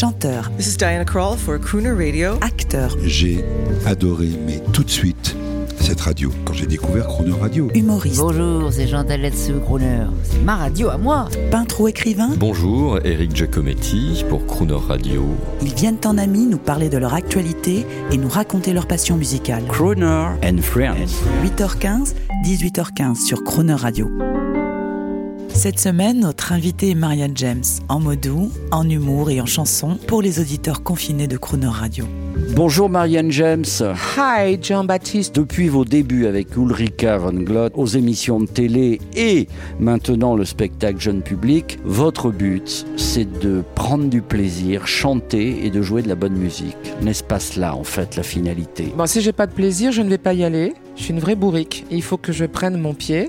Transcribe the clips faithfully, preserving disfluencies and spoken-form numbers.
Chanteur. This is Diana Krall for Crooner Radio. Acteur. J'ai adoré, mais tout de suite, cette radio, quand j'ai découvert Crooner Radio. Humoriste. Bonjour, c'est Jean Taletsu, Crooner. C'est ma radio à moi. Peintre ou écrivain. Bonjour, Eric Giacometti pour Crooner Radio. Ils viennent en amis nous parler de leur actualité et nous raconter leur passion musicale. Crooner and Friends. huit heures quinze, dix-huit heures quinze sur Crooner Radio. Cette semaine, notre invité est Marianne James, en mots doux, en humour et en chanson pour les auditeurs confinés de Crooner Radio. Bonjour Marianne James. Hi Jean-Baptiste. Depuis vos débuts avec Ulrika von Glott aux émissions de télé et maintenant le spectacle jeune public, votre but c'est de prendre du plaisir, chanter et de jouer de la bonne musique. N'est-ce pas cela en fait la finalité? Bon, si j'ai pas de plaisir, je ne vais pas y aller. Je suis une vraie bourrique. Il faut que je prenne mon pied.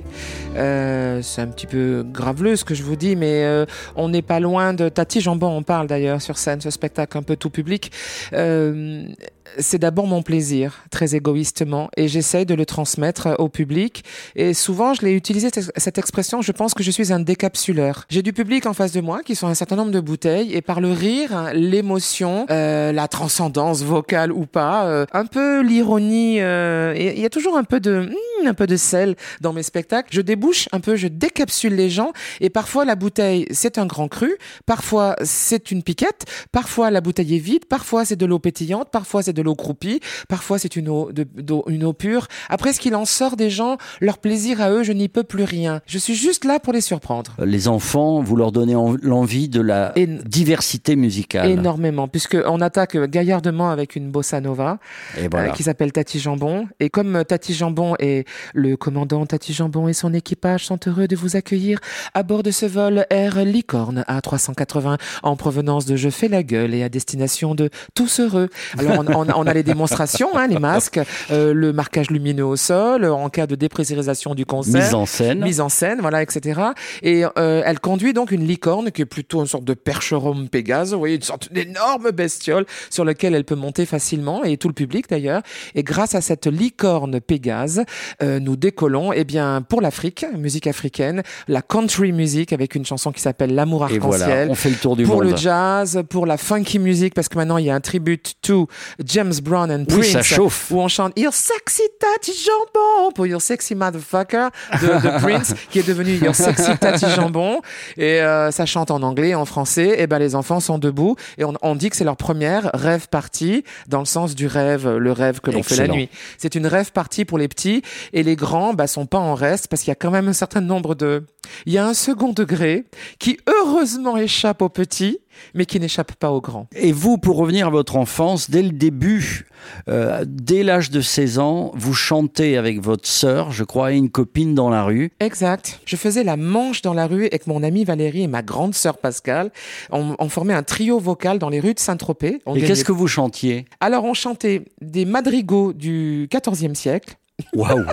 Euh, c'est un petit peu graveleux ce que je vous dis, mais euh, on n'est pas loin de Tati Jambon. On parle d'ailleurs sur scène, ce spectacle un peu tout public. Euh, c'est d'abord mon plaisir, très égoïstement, et j'essaye de le transmettre au public. Et souvent, je l'ai utilisé cette expression. Je pense que je suis un décapsuleur. J'ai du public en face de moi qui sont un certain nombre de bouteilles, et par le rire, l'émotion, euh, la transcendance vocale ou pas, euh, un peu l'ironie. Euh, il y a toujours un peu de, mm, un peu de sel dans mes spectacles. Je débouche un peu, je décapsule les gens, et parfois la bouteille c'est un grand cru, parfois c'est une piquette, parfois la bouteille est vide, parfois c'est de l'eau pétillante, parfois c'est de l'eau croupie, parfois c'est une eau, de, d'eau, une eau pure. Après, ce qu'il en sort des gens, leur plaisir à eux, je n'y peux plus rien. Je suis juste là pour les surprendre. Les enfants, vous leur donnez en, l'envie de la et diversité musicale. Énormément, puisqu'on attaque gaillardement avec une bossa nova et voilà. euh, qui s'appelle Tati Jambon. Et comme Tati Jambon et le commandant Tati Jambon et son équipage sont heureux de vous accueillir à bord de ce vol Air Licorne A trois cent quatre-vingts en provenance de Je fais la gueule et à destination de Tous heureux. Alors on, on, on a les démonstrations, hein, les masques, euh, le marquage lumineux au sol, en cas de dépressurisation du concert. Mise en scène. Mise en scène, voilà, et cetera. Et euh, elle conduit donc une licorne qui est plutôt une sorte de percheron Pégase, vous voyez, une sorte d'énorme bestiole sur laquelle elle peut monter facilement, et tout le public d'ailleurs. Et grâce à cette licorne Pégase, euh, nous décollons, eh bien, pour l'Afrique, musique africaine, la country music avec une chanson qui s'appelle L'amour arc-en-ciel. Et voilà, on fait le tour du pour monde. Pour le jazz, pour la funky music, parce que maintenant il y a un tribute to James Brown and Prince. Oui, ça chauffe. Où on chante Your sexy Tati Jambon pour Your sexy motherfucker de, de Prince, qui est devenu Your sexy Tati Jambon. Et euh, ça chante en anglais, en français. Et ben les enfants sont debout et on, on dit que c'est leur première rêve party, dans le sens du rêve, le rêve que l'on Excellent. fait la nuit. C'est une rêve party pour les petits, et les grands bah, sont pas en reste, parce qu'il y a quand même un certain nombre de... Il y a un second degré qui heureusement échappe aux petits, mais qui n'échappe pas aux grands. Et vous, pour revenir à votre enfance, dès le début, euh, dès l'âge de seize ans, vous chantez avec votre sœur, je crois, et une copine dans la rue. Exact. Je faisais la manche dans la rue avec mon amie Valérie et ma grande sœur Pascale. On, on formait un trio vocal dans les rues de Saint-Tropez. On et gagnait... qu'est-ce que vous chantiez? Alors, on chantait des madrigaux du quatorzième siècle. Waouh!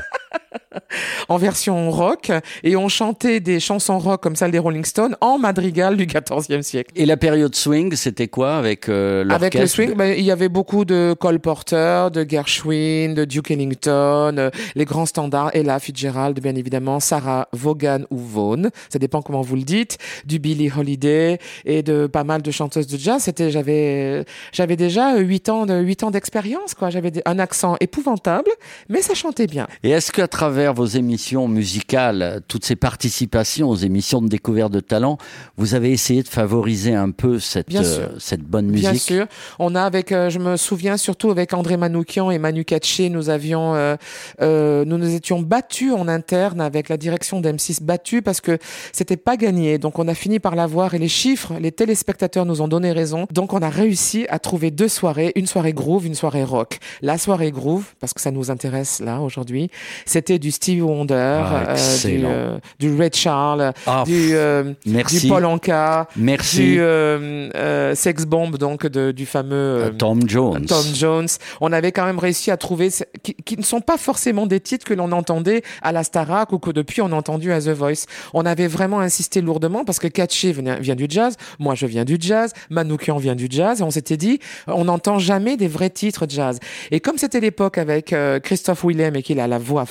En version rock, et on chantait des chansons rock comme celle des Rolling Stones en madrigal du quatorzième siècle. Et la période swing, c'était quoi avec euh, l'orchestre? Avec le swing, ben, il y avait beaucoup de Cole Porter, de Gershwin, de Duke Ellington, euh, les grands standards, Ella Fitzgerald, bien évidemment, Sarah Vaughan ou Vaughan, ça dépend comment vous le dites, du Billie Holiday et de pas mal de chanteuses de jazz. C'était, j'avais, j'avais déjà huit ans de, huit ans d'expérience, quoi. J'avais un accent épouvantable, mais ça chantait bien. Et est-ce qu'à travers vos émissions musicales, toutes ces participations aux émissions de découverte de talent, vous avez essayé de favoriser un peu cette, euh, cette bonne musique? Bien sûr. On a avec, euh, je me souviens surtout avec André Manoukian et Manu Katché, nous avions, euh, euh, nous nous étions battus en interne avec la direction d'M six, battus parce que c'était pas gagné. Donc on a fini par l'avoir, et les chiffres, les téléspectateurs nous ont donné raison. Donc on a réussi à trouver deux soirées, une soirée groove, une soirée rock. La soirée groove, parce que ça nous intéresse là aujourd'hui, c'était du Stevie Wonder, ah, euh, du, euh, du Ray Charles, ah, du, euh, merci. du Paul Anka, merci. du euh, euh, Sex Bomb, donc de, du fameux euh, Tom Jones. Tom Jones. On avait quand même réussi à trouver qui, qui ne sont pas forcément des titres que l'on entendait à la Starac ou que depuis on a entendu à The Voice. On avait vraiment insisté lourdement parce que Katché vient, vient du jazz, moi je viens du jazz, Manoukian vient du jazz, et on s'était dit on n'entend jamais des vrais titres jazz. Et comme c'était l'époque avec euh, Christophe Willem et qu'il a la voix faite pour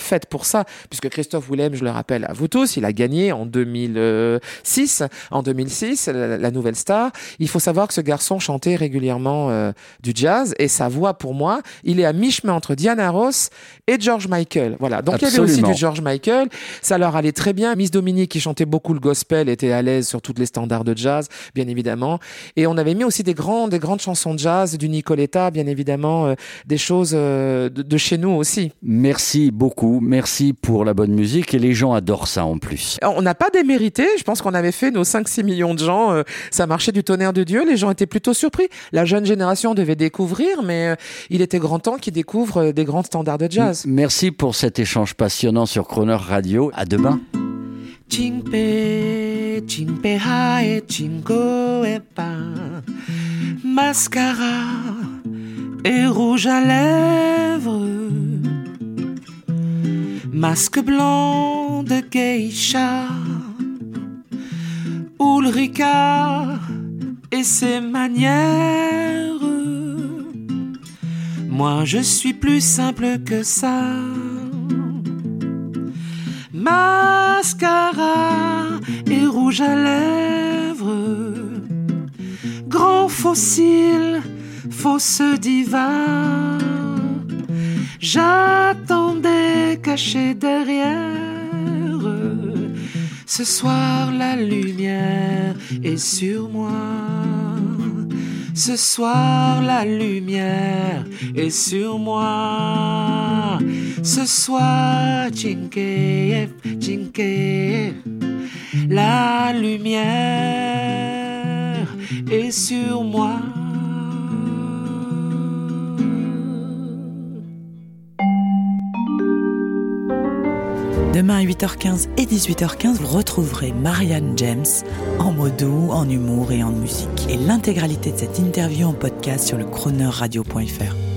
ça, puisque Christophe Willem, je le rappelle à vous tous, il a gagné en deux mille six, en deux mille six, la, la Nouvelle Star. Il faut savoir que ce garçon chantait régulièrement euh, du jazz, et sa voix, pour moi, il est à mi-chemin entre Diana Ross et George Michael. Voilà. Donc Absolument. Il y avait aussi du George Michael. Ça leur allait très bien. Miss Dominique, qui chantait beaucoup le gospel, était à l'aise sur tous les standards de jazz, bien évidemment. Et on avait mis aussi des grandes, des grandes chansons de jazz, du Nicoletta, bien évidemment, euh, des choses euh, de, de chez nous aussi. Merci beaucoup. Merci pour la bonne musique, et les gens adorent ça en plus. On n'a pas démérité. Je pense qu'on avait fait nos cinq six millions de gens. Euh, ça marchait du tonnerre de Dieu. Les gens étaient plutôt surpris. La jeune génération devait découvrir, mais euh, il était grand temps qu'ils découvrent euh, des grands standards de jazz. Merci pour cet échange passionnant sur Croner Radio. À demain. Chingpe, chingpe hae, chingo et pain, mascara et rouge à lèvres, masque blanc de geisha, Ulrika et ses manières. Moi je suis plus simple que ça. Mascara et rouge à lèvres, grand fossile, fausse diva. J'attendais caché derrière. Ce soir la lumière est sur moi. Ce soir la lumière est sur moi. Ce soir, Chinkeef, Chinkeef, la lumière est sur moi. Demain à huit heures quinze et dix-huit heures quinze, vous retrouverez Marianne James en mots doux, en humour et en musique. Et l'intégralité de cette interview en podcast sur le croner radio point f r.